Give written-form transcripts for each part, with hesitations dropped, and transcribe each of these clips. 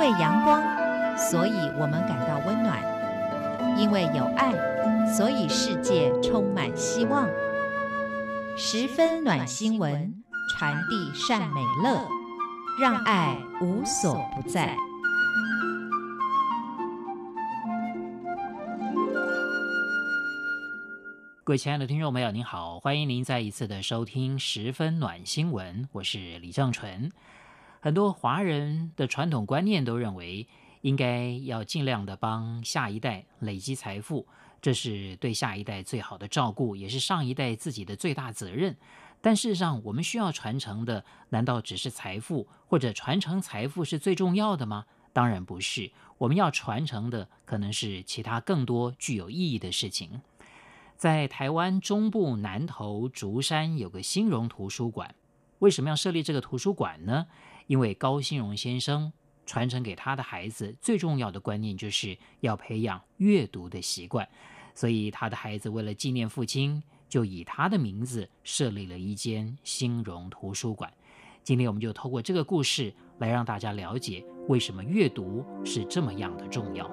阳光，所以我们感到温暖；因为有爱，所以世界充满希望。十分暖新闻，传递善美乐，让爱无所不在。 各位亲爱的听众朋友您好，欢迎您再一次的收听十分暖新闻，我是李正纯。很多华人的传统观念都认为应该要尽量的帮下一代累积财富，这是对下一代最好的照顾，也是上一代自己的最大责任。但事实上，我们需要传承的难道只是财富，或者传承财富是最重要的吗？当然不是，我们要传承的可能是其他更多具有意义的事情。在台湾中部南投竹山有个兴荣图书馆，为什么要设立这个图书馆呢？因为高兴荣先生传承给他的孩子最重要的观念就是要培养阅读的习惯，所以他的孩子为了纪念父亲，就以他的名字设立了一间兴荣图书馆。今天我们就透过这个故事来让大家了解为什么阅读是这么样的重要。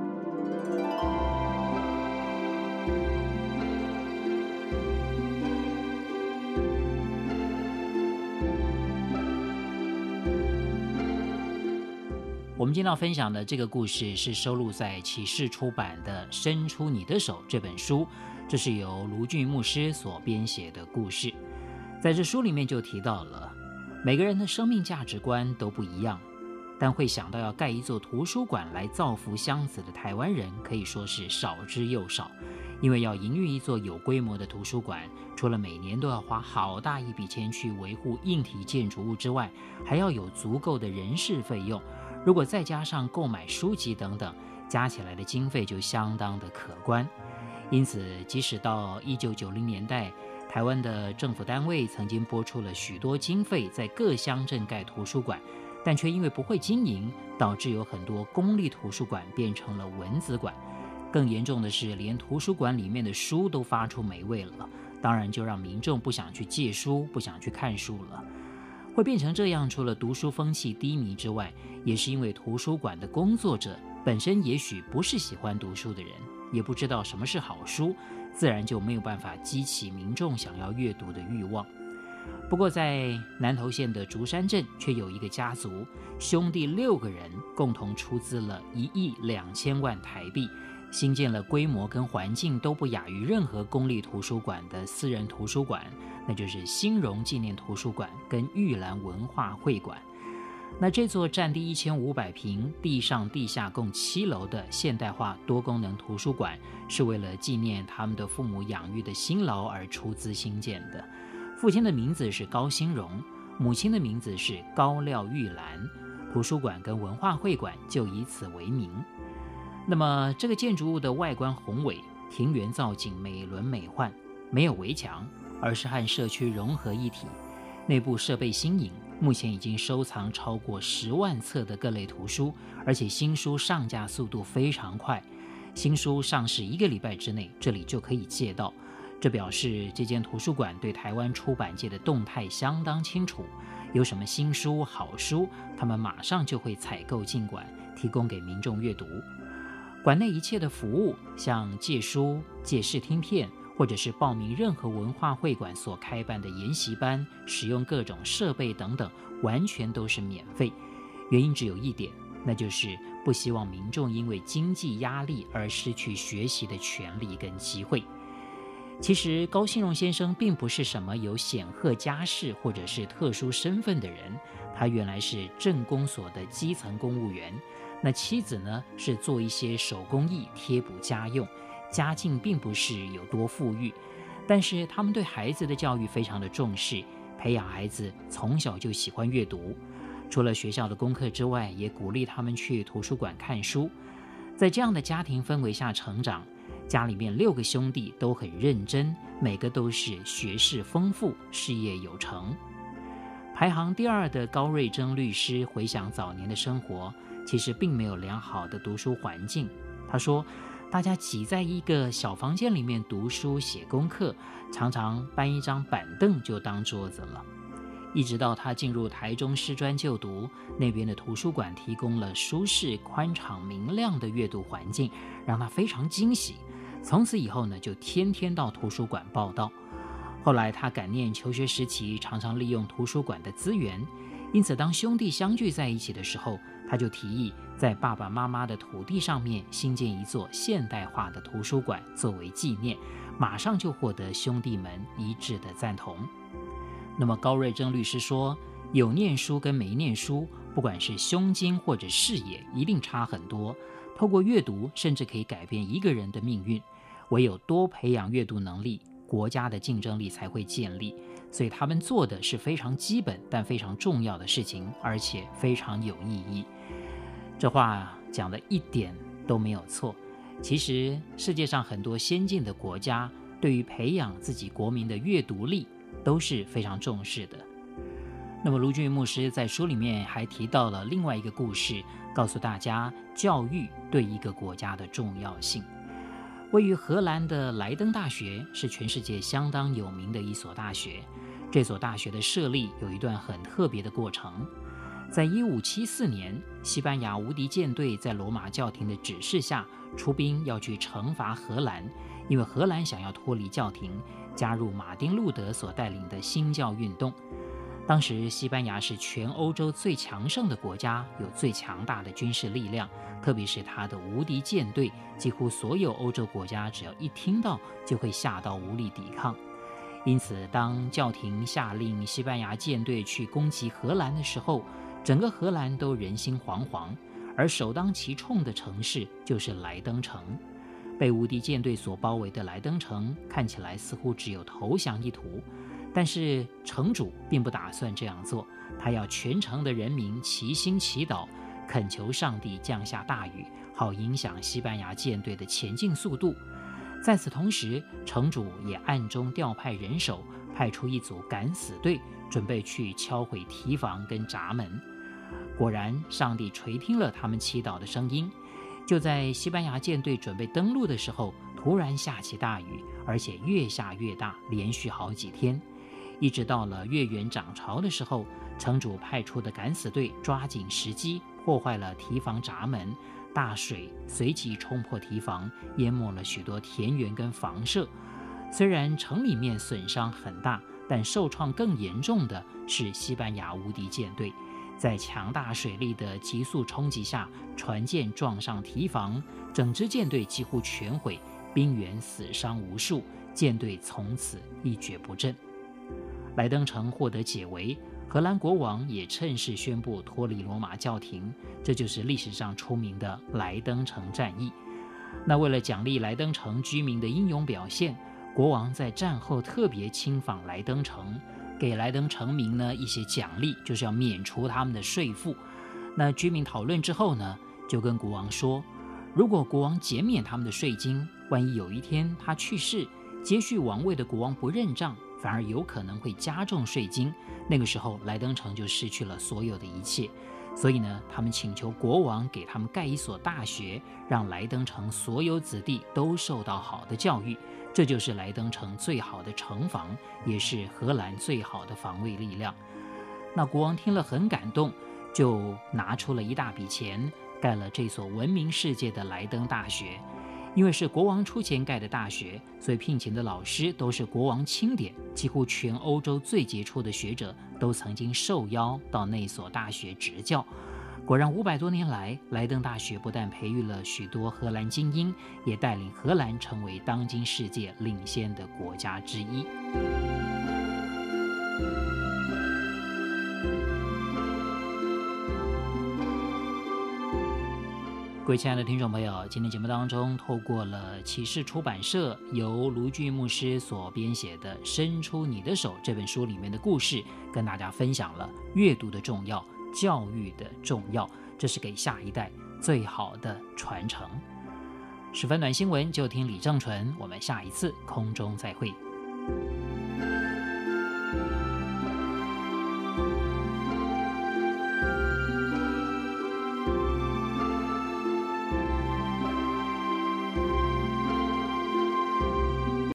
我们今天要分享的这个故事是收录在启示出版的《伸出你的手》这本书，这是由卢俊牧师所编写的故事。在这书里面就提到了，每个人的生命价值观都不一样，但会想到要盖一座图书馆来造福乡子的台湾人可以说是少之又少。因为要营运一座有规模的图书馆，除了每年都要花好大一笔钱去维护硬体建筑物之外，还要有足够的人事费用，如果再加上购买书籍等等，加起来的经费就相当的可观。因此，即使到1990年代，台湾的政府单位曾经拨出了许多经费在各乡镇盖图书馆，但却因为不会经营，导致有很多公立图书馆变成了文字馆。更严重的是，连图书馆里面的书都发出霉味了，当然就让民众不想去借书，不想去看书了。会变成这样，除了读书风气低迷之外，也是因为图书馆的工作者本身也许不是喜欢读书的人，也不知道什么是好书，自然就没有办法激起民众想要阅读的欲望。不过在南投县的竹山镇却有一个家族，兄弟6个人共同出资了1亿2千万台币，新建了规模跟环境都不亚于任何公立图书馆的私人图书馆，那就是兴荣纪念图书馆跟玉兰文化会馆。那这座占地1500平、地上地下共7楼的现代化多功能图书馆，是为了纪念他们的父母养育的辛劳而出资兴建的。父亲的名字是高兴荣，母亲的名字是高廖玉兰，图书馆跟文化会馆就以此为名。那么这个建筑物的外观宏伟，庭园造景美轮美奂，没有围墙，而是和社区融合一体。内部设备新颖，目前已经收藏超过10万册的各类图书，而且新书上架速度非常快，新书上市1个礼拜之内，这里就可以借到。这表示这间图书馆对台湾出版界的动态相当清楚，有什么新书好书，他们马上就会采购进馆，提供给民众阅读。馆内一切的服务，像借书、借视听片，或者是报名任何文化会馆所开办的研习班，使用各种设备等等，完全都是免费。原因只有一点，那就是不希望民众因为经济压力而失去学习的权利跟机会。其实高兴荣先生并不是什么有显赫家世或者是特殊身份的人，他原来是镇公所的基层公务员，那妻子呢是做一些手工艺贴补家用，家境并不是有多富裕，但是他们对孩子的教育非常的重视，培养孩子从小就喜欢阅读，除了学校的功课之外，也鼓励他们去图书馆看书。在这样的家庭氛围下成长，家里面6个兄弟都很认真，每个都是学识丰富，事业有成。排行第2的高瑞珍律师回想早年的生活，其实并没有良好的读书环境。他说，大家挤在一个小房间里面读书写功课，常常搬一张板凳就当桌子了。 一直到他进入台中师专就读，那边的图书馆提供了舒适、宽敞、明亮的阅读环境，让他非常惊喜。从此以后呢，就天天到图书馆报到。后来他感念求学时期常常利用图书馆的资源，因此当兄弟相聚在一起的时候，他就提议在爸爸妈妈的土地上面新建一座现代化的图书馆作为纪念，马上就获得兄弟们一致的赞同。那么高瑞珍律师说，有念书跟没念书，不管是胸襟或者视野，一定差很多。透过阅读，甚至可以改变一个人的命运。唯有多培养阅读能力，国家的竞争力才会建立。所以他们做的是非常基本但非常重要的事情，而且非常有意义。这话讲的一点都没有错。其实世界上很多先进的国家对于培养自己国民的阅读力都是非常重视的。那么卢俊义牧师在书里面还提到了另外一个故事，告诉大家教育对一个国家的重要性。位于荷兰的莱登大学是全世界相当有名的一所大学。这所大学的设立有一段很特别的过程。在1574年，西班牙无敌舰队在罗马教廷的指示下出兵要去惩罚荷兰，因为荷兰想要脱离教廷，加入马丁路德所带领的新教运动。当时西班牙是全欧洲最强盛的国家，有最强大的军事力量，特别是它的无敌舰队，几乎所有欧洲国家只要一听到就会吓到无力抵抗。因此当教廷下令西班牙舰队去攻击荷兰的时候，整个荷兰都人心惶惶，而首当其冲的城市就是莱登城。被无敌舰队所包围的莱登城看起来似乎只有投降意图，但是城主并不打算这样做，他要全城的人民齐心祈祷，恳求上帝降下大雨，好影响西班牙舰队的前进速度。在此同时，城主也暗中调派人手，派出一组敢死队，准备去敲毁堤防跟闸门。果然，上帝垂听了他们祈祷的声音。就在西班牙舰队准备登陆的时候，突然下起大雨，而且越下越大，连续好几天。一直到了月圆涨潮的时候，城主派出的敢死队抓紧时机，破坏了堤防闸门，大水随即冲破堤防，淹没了许多田园跟房舍。虽然城里面损伤很大，但受创更严重的是西班牙无敌舰队。在强大水力的急速冲击下，船舰撞上堤防，整支舰队几乎全毁，兵员死伤无数，舰队从此一蹶不振。莱登城获得解围，荷兰国王也趁势宣布脱离罗马教廷，这就是历史上出名的莱登城战役。那为了奖励莱登城居民的英勇表现，国王在战后特别亲访莱登城，给莱登城民呢一些奖励，就是要免除他们的税赋。那居民讨论之后呢，就跟国王说，如果国王减免他们的税金，万一有一天他去世，接续王位的国王不认账，反而有可能会加重税金，那个时候莱登城就失去了所有的一切。所以呢，他们请求国王给他们盖一所大学，让莱登城所有子弟都受到好的教育。这就是莱登城最好的城防，也是荷兰最好的防卫力量。那国王听了很感动，就拿出了一大笔钱，盖了这所闻名世界的莱登大学。因为是国王出钱盖的大学，所以聘请的老师都是国王钦点，几乎全欧洲最杰出的学者都曾经受邀到那所大学执教。果然500多年来，莱登大学不但培育了许多荷兰精英，也带领荷兰成为当今世界领先的国家之一。各位亲爱的听众朋友，今天节目当中透过了启示出版社由卢俊牧师所编写的《伸出你的手》这本书里面的故事，跟大家分享了阅读的重要，教育的重要，这是给下一代最好的传承。10分暖新闻就听李正纯，我们下一次空中再会。